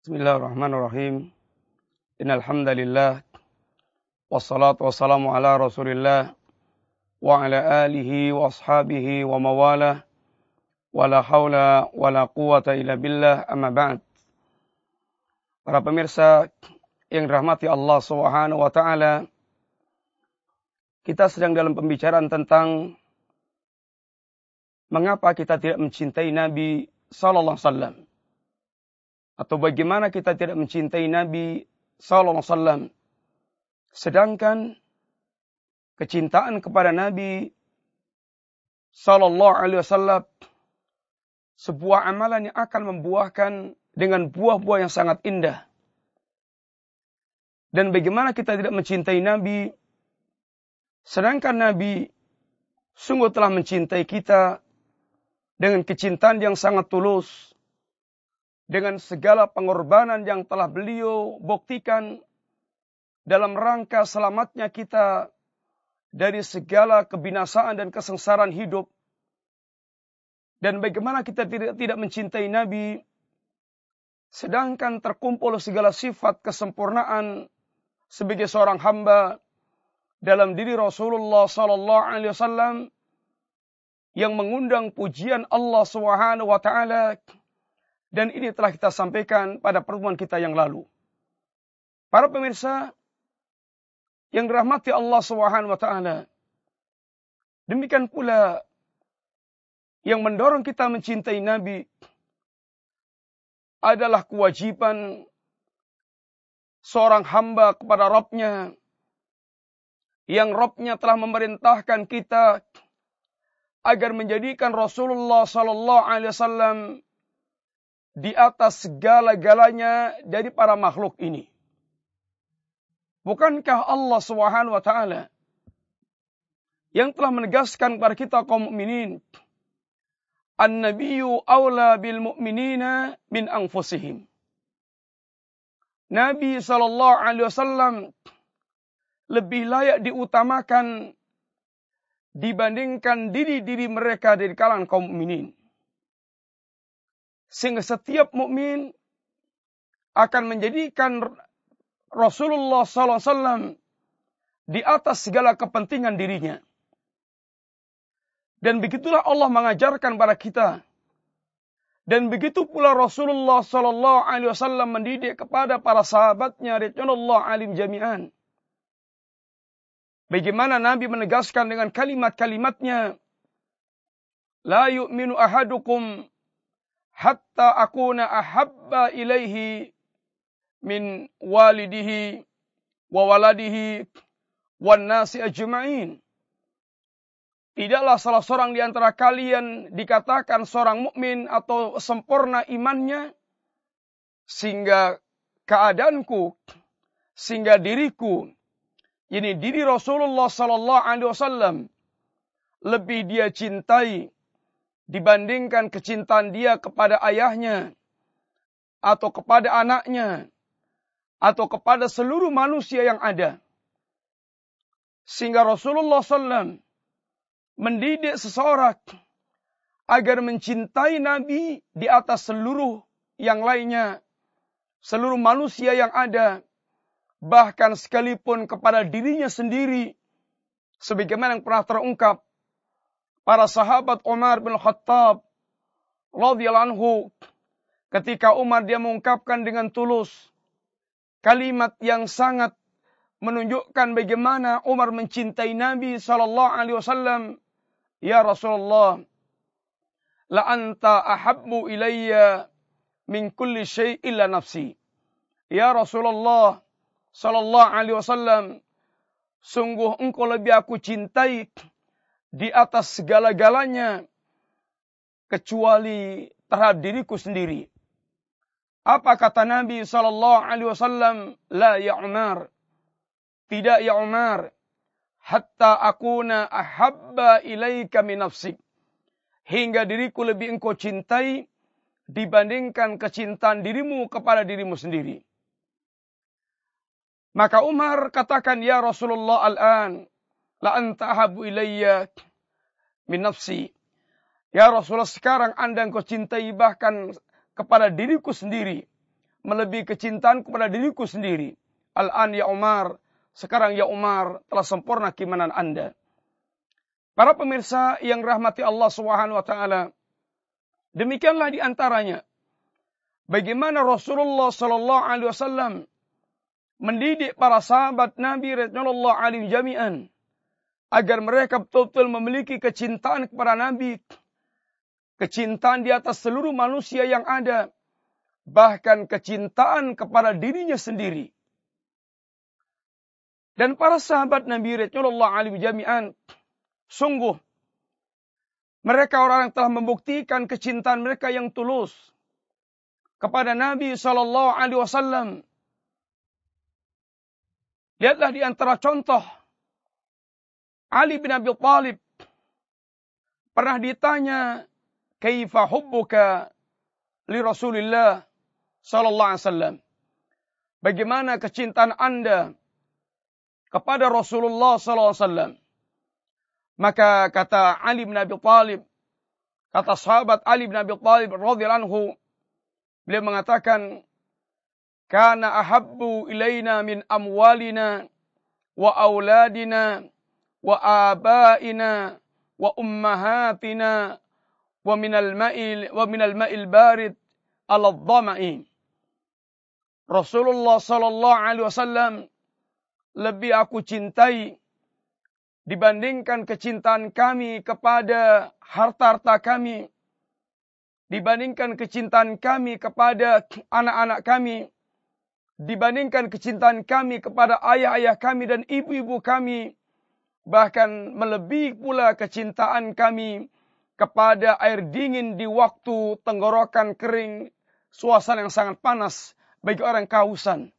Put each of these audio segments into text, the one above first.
Bismillahirrahmanirrahim. Innal hamdalillah wassalatu wassalamu ala Rasulillah wa ala alihi wa ashabihi wa mawalah wala haula wala quwata illa billah amma ba'd. Para pemirsa yang dirahmati Allah Subhanahu wa taala, kita sedang dalam pembicaraan tentang mengapa kita tidak mencintai Nabi sallallahu alaihi wasallam. Atau bagaimana kita tidak mencintai Nabi sallallahu alaihi wasallam, sedangkan kecintaan kepada Nabi sallallahu alaihi wasallam sebuah amalan yang akan membuahkan dengan buah-buah yang sangat indah. Dan bagaimana kita tidak mencintai Nabi, sedangkan Nabi sungguh telah mencintai kita dengan kecintaan yang sangat tulus, dengan segala pengorbanan yang telah beliau buktikan dalam rangka selamatnya kita dari segala kebinasaan dan kesengsaraan hidup. Dan bagaimana kita tidak mencintai Nabi, sedangkan terkumpul segala sifat kesempurnaan sebagai seorang hamba dalam diri Rasulullah sallallahu alaihi wasallam yang mengundang pujian Allah Subhanahu wa taala. Dan ini telah kita sampaikan pada pertemuan kita yang lalu. Para pemirsa yang dirahmati Allah Subhanahu wa taala, demikian pula yang mendorong kita mencintai Nabi adalah kewajiban seorang hamba kepada Rabb-Nya, yang Rabb-Nya telah memerintahkan kita agar menjadikan Rasulullah sallallahu alaihi wasallam di atas segala-galanya dari para makhluk ini. Bukankah Allah Subhanahu wa taala yang telah menegaskan kepada kita kaum mukminin, An-nabiyyu aula bil mu'minina min anfusihim. Nabi sallallahu alaihi wasallam lebih layak diutamakan dibandingkan diri-diri mereka dari kalangan kaum mukminin. Sehingga setiap mukmin akan menjadikan Rasulullah SAW di atas segala kepentingan dirinya. Dan begitulah Allah mengajarkan pada kita. Dan begitu pula Rasulullah SAW mendidik kepada para sahabatnya ridwanullah alim jami'an. Bagaimana Nabi menegaskan dengan kalimat-kalimatnya, La yu'minu ahadukum hatta akuna ahabba ilaihi min walidihi wa waladihi wan nasi ajma'in. Tidaklah salah seorang di antara kalian dikatakan seorang mukmin atau sempurna imannya sehingga keadaanku, sehingga diriku, ini diri Rasulullah sallallahu alaihi wasallam lebih dia cintai dibandingkan kecintaan dia kepada ayahnya, atau kepada anaknya, atau kepada seluruh manusia yang ada. Sehingga Rasulullah SAW mendidik seseorang agar mencintai Nabi di atas seluruh yang lainnya, seluruh manusia yang ada, bahkan sekalipun kepada dirinya sendiri, sebagaimana yang pernah terungkap para sahabat Umar bin Khattab radhiyallahu anhu, ketika Umar dia mengungkapkan dengan tulus kalimat yang sangat menunjukkan bagaimana Umar mencintai Nabi sallallahu alaihi wasallam. Ya Rasulullah, la anta ahabbu ilayya min kulli syai' illa nafsi. Ya Rasulullah sallallahu alaihi wasallam, sungguh engkau lebih aku cintai di atas segala-galanya kecuali terhadap diriku sendiri. Apa kata Nabi sallallahu alaihi wasallam? La ya Umar, tidak ya Umar, hatta akuna ahabba ilaika min nafsik, hingga diriku lebih engkau cintai dibandingkan kecintaan dirimu kepada dirimu sendiri. Maka Umar katakan, ya Rasulullah al-an la anta ahabbu ilayya min nafsi. Ya Rasulullah, sekarang Anda engkau cintai bahkan kepada diriku sendiri. melebihi kecintaan kepada diriku sendiri. Al-an ya Umar, sekarang ya Umar, telah sempurna keimanan Anda. Para pemirsa yang rahmati Allah Subhanahu wa taala, demikianlah di antaranya bagaimana Rasulullah sallallahu alaihi wasallam mendidik para sahabat Nabi radhiyallahu alaihim jami'an agar mereka betul-betul memiliki kecintaan kepada Nabi, kecintaan di atas seluruh manusia yang ada, bahkan kecintaan kepada dirinya sendiri. Dan para sahabat Nabi radhiyallahu alaihim jami'an, sungguh mereka orang yang telah membuktikan kecintaan mereka yang tulus kepada Nabi sallallahu alaihi wasallam. Lihatlah di antara contoh, Ali bin Abi Thalib pernah ditanya, "Kaifa hubbuka li Rasulillah sallallahu alaihi wasallam?" Bagaimana kecintaan Anda kepada Rasulullah sallallahu alaihi wasallam? Maka kata Ali bin Abi Thalib, kata sahabat Ali bin Abi Thalib radhiyallahu anhu, beliau mengatakan, "Kana ahabbu ilaina min amwalina wa auladina wa abaina wa ummahatina wa minal ma'il barid ala dhama'i." Rasulullah sallallahu alaihi wasallam lebih aku cintai dibandingkan kecintaan kami kepada harta-harta kami, dibandingkan kecintaan kami kepada anak-anak kami, dibandingkan kecintaan kami kepada ayah-ayah kami dan ibu-ibu kami, bahkan melebihi pula kecintaan kami kepada air dingin di waktu tenggorokan kering, suasana yang sangat panas bagi orang kehausan.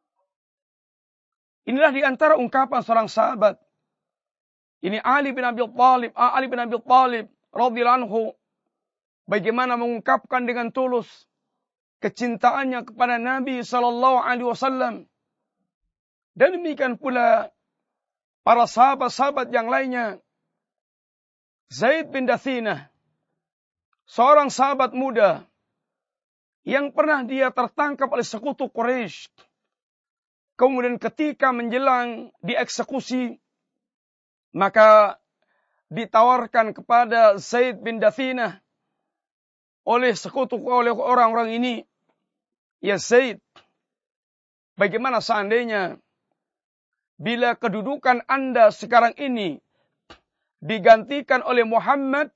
Inilah di antara ungkapan seorang sahabat. Ini Ali bin Abi Thalib radhiyallahu anhu, bagaimana mengungkapkan dengan tulus kecintaannya kepada Nabi sallallahu alaihi wasallam. Dan demikian pula para sahabat-sahabat yang lainnya. Zaid bin Dathinah, seorang sahabat muda yang pernah dia tertangkap oleh sekutu Quraisy. Kemudian ketika menjelang dieksekusi, maka ditawarkan kepada Zaid bin Dathinah oleh orang-orang ini, "Ya Zaid, bagaimana seandainya bila kedudukan Anda sekarang ini digantikan oleh Muhammad?"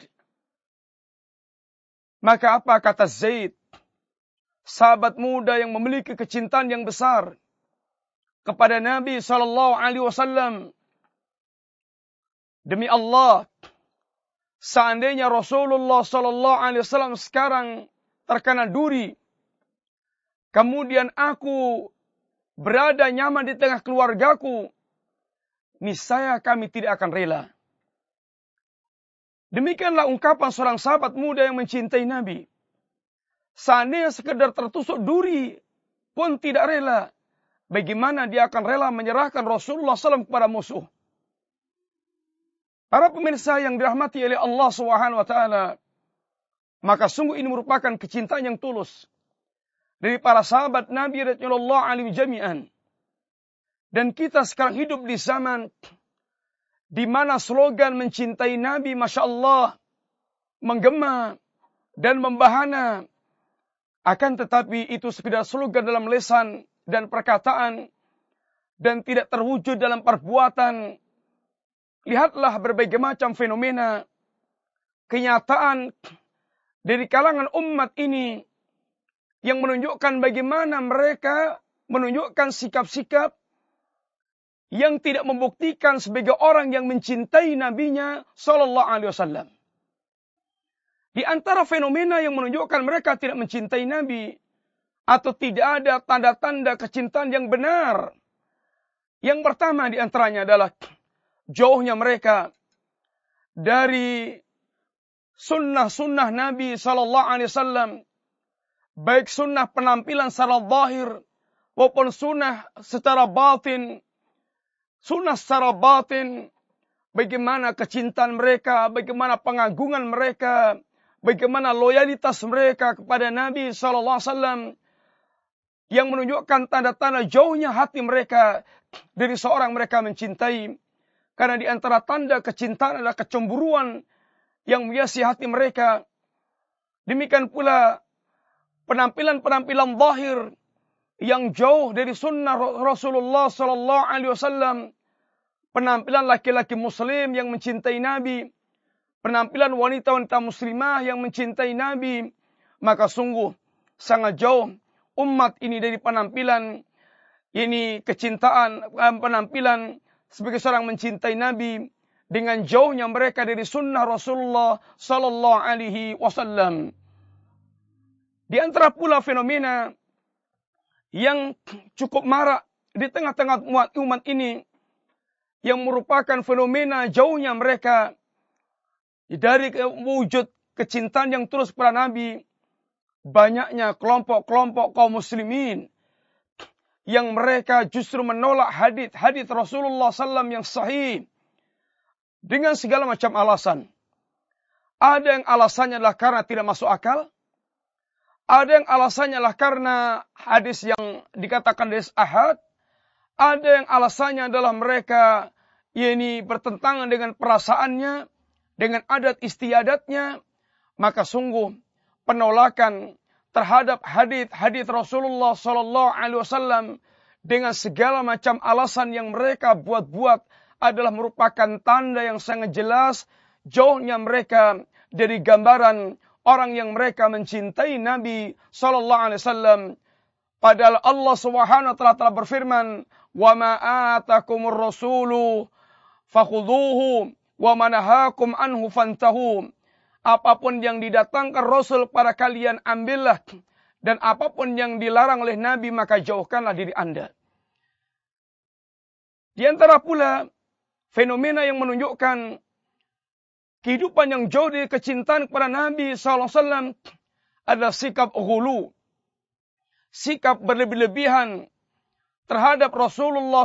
Maka apa kata Zaid, sahabat muda yang memiliki kecintaan yang besar kepada Nabi sallallahu alaihi wasallam? "Demi Allah, seandainya Rasulullah sallallahu alaihi wasallam sekarang terkena duri, kemudian aku berada nyaman di tengah keluargaku, niscaya kami tidak akan rela." Demikianlah ungkapan seorang sahabat muda yang mencintai Nabi. Seandainya sekedar tertusuk duri pun tidak rela, bagaimana dia akan rela menyerahkan Rasulullah SAW kepada musuh? Para pemirsa yang dirahmati oleh Allah Subhanahu wa taala, maka sungguh ini merupakan kecintaan yang tulus dari para sahabat Nabi radhiyallahu alaihim jami'an. Dan kita sekarang hidup di zaman di mana slogan mencintai Nabi, Masya Allah, menggema dan membahana. Akan tetapi itu sekedar slogan dalam lisan dan perkataan dan tidak terwujud dalam perbuatan. Lihatlah berbagai macam fenomena, kenyataan dari kalangan umat ini yang menunjukkan bagaimana mereka menunjukkan sikap-sikap yang tidak membuktikan sebagai orang yang mencintai nabinya sallallahu alaihi wasallam. Di antara fenomena yang menunjukkan mereka tidak mencintai Nabi atau tidak ada tanda-tanda kecintaan yang benar, yang pertama di antaranya adalah jauhnya mereka dari sunnah-sunnah Nabi sallallahu alaihi wasallam, baik sunnah penampilan secara zahir maupun sunnah secara batin. Sunnah secara batin, bagaimana kecintaan mereka, bagaimana pengagungan mereka, bagaimana loyalitas mereka kepada Nabi sallallahu alaihi wasallam. yang menunjukkan tanda-tanda jauhnya hati mereka dari seorang mereka mencintai. Karena di antara tanda kecintaan adalah kecemburuan yang menghiasi hati mereka. Demikian pula penampilan-penampilan zahir yang jauh dari sunnah Rasulullah sallallahu alaihi wasallam. Penampilan laki-laki muslim yang mencintai Nabi, penampilan wanita-wanita muslimah yang mencintai Nabi, maka sungguh sangat jauh umat ini dari penampilan ini kecintaan, penampilan sebagai seorang mencintai Nabi dengan jauhnya mereka dari sunnah Rasulullah sallallahu alaihi wasallam. Di antara pula fenomena yang cukup marak di tengah-tengah umat ini yang merupakan fenomena jauhnya mereka dari wujud kecintaan yang terus kepada Nabi. Banyaknya kelompok-kelompok kaum muslimin yang mereka justru menolak hadits Rasulullah SAW yang sahih dengan segala macam alasan. Ada yang alasannya adalah karena tidak masuk akal. Ada yang alasannya adalah karena hadis yang dikatakan hadis ahad. Ada yang alasannya adalah mereka ini bertentangan dengan perasaannya, dengan adat istiadatnya. Maka sungguh penolakan terhadap hadits Rasulullah sallallahu alaihi wasallam dengan segala macam alasan yang mereka buat-buat adalah merupakan tanda yang sangat jelas jauhnya mereka dari gambaran orang yang mereka mencintai Nabi sallallahu alaihi wasallam. Padahal Allah Subhanahu wa taala telah berfirman, "Wa ma atakumur rasulu fakhudhuhu wa ma nahakum anhu fantahu." Apapun yang didatangkan Rasul pada kalian ambillah, dan apapun yang dilarang oleh Nabi maka jauhkanlah diri Anda. Di antara pula fenomena yang menunjukkan kehidupan yang jauh dari kecintaan kepada Nabi SAW adalah sikap ghulu, sikap berlebih-lebihan terhadap Rasulullah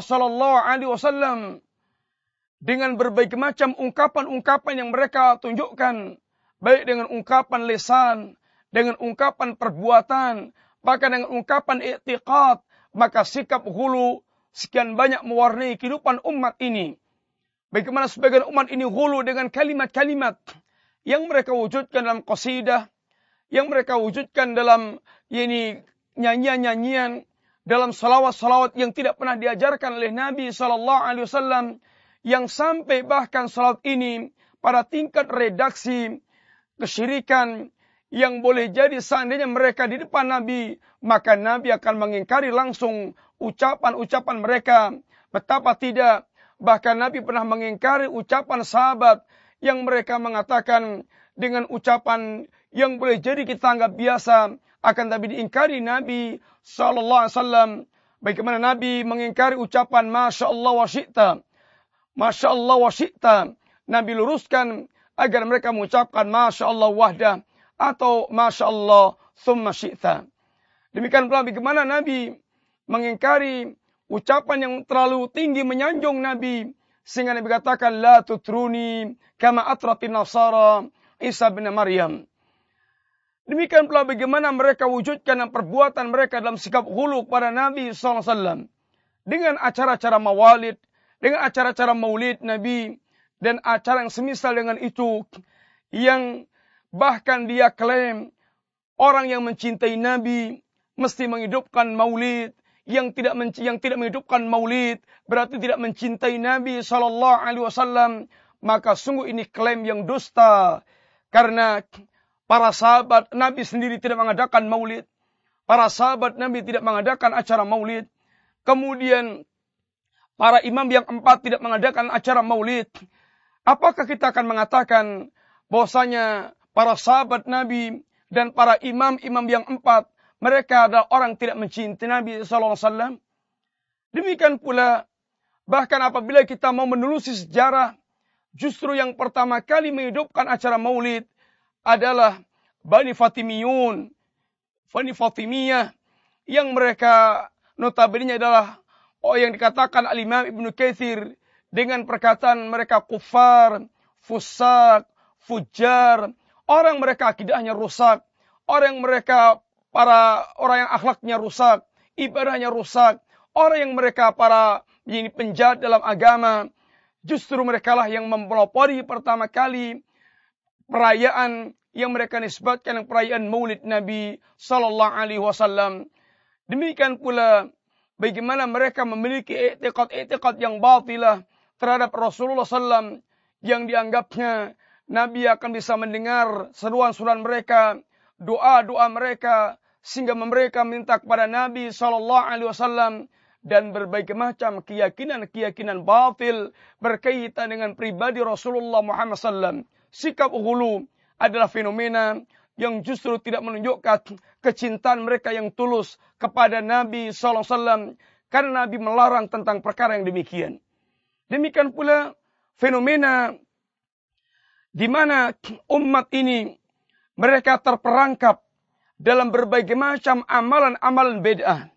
SAW dengan berbagai macam ungkapan-ungkapan yang mereka tunjukkan. Baik dengan ungkapan lisan, dengan ungkapan perbuatan, bahkan dengan ungkapan i'tiqad, maka sikap ghulu sekian banyak mewarnai kehidupan umat ini. Bagaimana sebagian umat ini ghulu dengan kalimat-kalimat yang mereka wujudkan dalam qasidah, yang mereka wujudkan dalam nyanyian-nyanyian, dalam salawat-salawat yang tidak pernah diajarkan oleh Nabi SAW, yang sampai bahkan salawat ini pada tingkat redaksi kesyirikan yang boleh jadi seandainya mereka di depan Nabi, maka Nabi akan mengingkari langsung ucapan-ucapan mereka. Betapa tidak, bahkan Nabi pernah mengingkari ucapan sahabat yang mereka mengatakan dengan ucapan yang boleh jadi kita anggap biasa, akan tapi diingkari Nabi SAW. Bagaimana Nabi mengingkari ucapan Masya Allah wa syi'ta, Masya Allah wa syi'ta. Nabi luruskan agar mereka mengucapkan Masya Allah wahdah atau Masya Allah thumma syi'ta. Demikian pula bagaimana Nabi mengingkari ucapan yang terlalu tinggi menyanjung Nabi, sehingga Nabi katakan la tutruni kama atratin nasara Isa bin Maryam. Demikian pula bagaimana mereka wujudkan perbuatan mereka dalam sikap ghulu kepada Nabi SAW dengan acara-acara mawalid, dengan acara-acara maulid Nabi, dan acara yang semisal dengan itu, yang bahkan dia klaim orang yang mencintai Nabi mesti menghidupkan maulid, yang tidak menghidupkan maulid berarti tidak mencintai Nabi SAW. Maka sungguh ini klaim yang dusta, karena para sahabat Nabi sendiri tidak mengadakan maulid, para sahabat Nabi tidak mengadakan acara maulid, kemudian para imam yang 4 tidak mengadakan acara maulid. Apakah kita akan mengatakan bahwasanya para sahabat Nabi dan para imam-imam yang 4 mereka adalah orang tidak mencintai Nabi SAW? Demikian pula bahkan apabila kita mau menelusuri sejarah, justru yang pertama kali menghidupkan acara maulid adalah Bani Fatimiyun, Bani Fatimiyah, yang mereka notabene adalah yang dikatakan Al-Imam Ibnu Katsir dengan perkataan mereka kufar, fusak, fujar, orang mereka akidahnya rusak, orang yang akhlaknya rusak, ibadahnya rusak. Orang yang mereka para ini penjahat dalam agama, justru mereka lah yang mempelopori pertama kali perayaan yang mereka nisbatkan yang perayaan Maulid Nabi sallallahu alaihi wasallam. Demikian pula bagaimana mereka memiliki i'tiqad yang batilah terhadap Rasulullah sallam yang dianggapnya Nabi akan bisa mendengar seruan-seruan mereka, doa-doa mereka, sehingga mereka minta kepada Nabi sallallahu alaihi wasallam, dan berbagai macam keyakinan-keyakinan batil berkaitan dengan pribadi Rasulullah Muhammad sallam. Sikap ghulu adalah fenomena yang justru tidak menunjukkan kecintaan mereka yang tulus kepada Nabi sallallahu alaihi wasallam, karena Nabi melarang tentang perkara yang demikian. Demikian pula fenomena di mana umat ini mereka terperangkap dalam berbagai macam amalan-amalan bid'ah.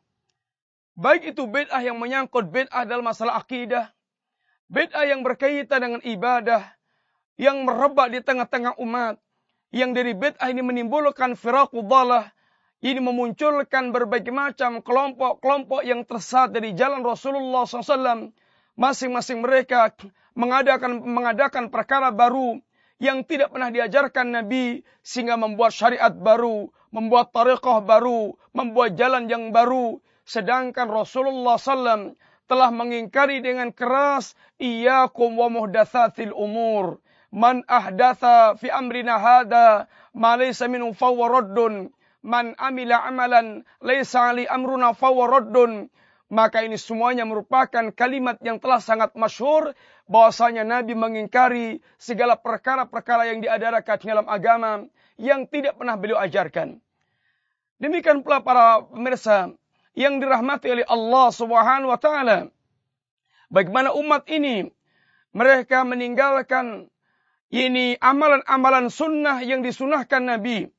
Baik itu bid'ah yang menyangkut bid'ah dalam masalah akidah, bid'ah yang berkaitan dengan ibadah, yang merebak di tengah-tengah umat, yang dari bid'ah ini menimbulkan firaqu dhalah, ini memunculkan berbagai macam kelompok-kelompok yang tersesat dari jalan Rasulullah SAW. Masing-masing mereka mengadakan perkara baru yang tidak pernah diajarkan Nabi, sehingga membuat syariat baru, membuat tariqah baru, membuat jalan yang baru. Sedangkan Rasulullah SAW telah mengingkari dengan keras, iyyakum wa muhdatsatil umur. Man ahdatha fi amrina hadha ma laysa minhu fahuwa raddun. Man amila amalan laysa ali amruna fahuwa raddun. Maka ini semuanya merupakan kalimat yang telah sangat masyhur, bahwasanya Nabi mengingkari segala perkara-perkara yang diajarkan dalam agama yang tidak pernah beliau ajarkan. Demikian pula para pemirsa yang dirahmati oleh Allah Subhanahu wa taala, bagaimana umat ini mereka meninggalkan ini amalan-amalan sunnah yang disunahkan Nabi.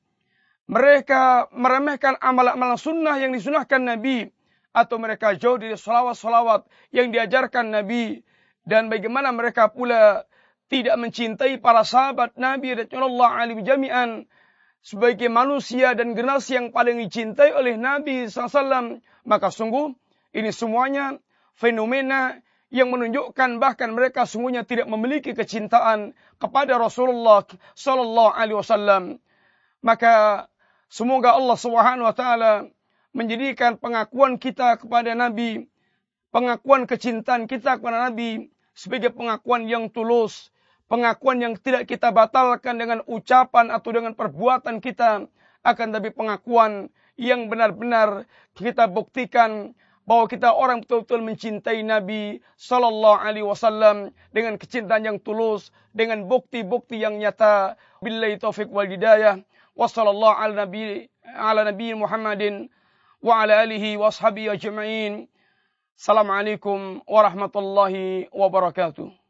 Mereka meremehkan amalan-amalan sunnah yang disunahkan Nabi, atau mereka jauh dari salawat-salawat yang diajarkan Nabi. Dan bagaimana mereka pula tidak mencintai para sahabat Nabi radhiyallahu anhum jami'an sebagai manusia dan generasi yang paling dicintai oleh Nabi SAW. Maka sungguh ini semuanya fenomena yang menunjukkan bahkan mereka sungguhnya tidak memiliki kecintaan kepada Rasulullah sallallahu alaihi wasallam. Maka semoga Allah Subhanahu wa taala menjadikan pengakuan kita kepada Nabi, pengakuan kecintaan kita kepada Nabi sebagai pengakuan yang tulus, pengakuan yang tidak kita batalkan dengan ucapan atau dengan perbuatan kita, akan tapi pengakuan yang benar-benar kita buktikan bahwa kita orang betul-betul mencintai Nabi sallallahu alaihi wasallam dengan kecintaan yang tulus, dengan bukti-bukti yang nyata. Billahi taufiq wal hidayah. Wa sallallahu ala nabi Muhammadin wa ala alihi wa ashabihi ajma'in. Assalamualaikum warahmatullahi wabarakatuh.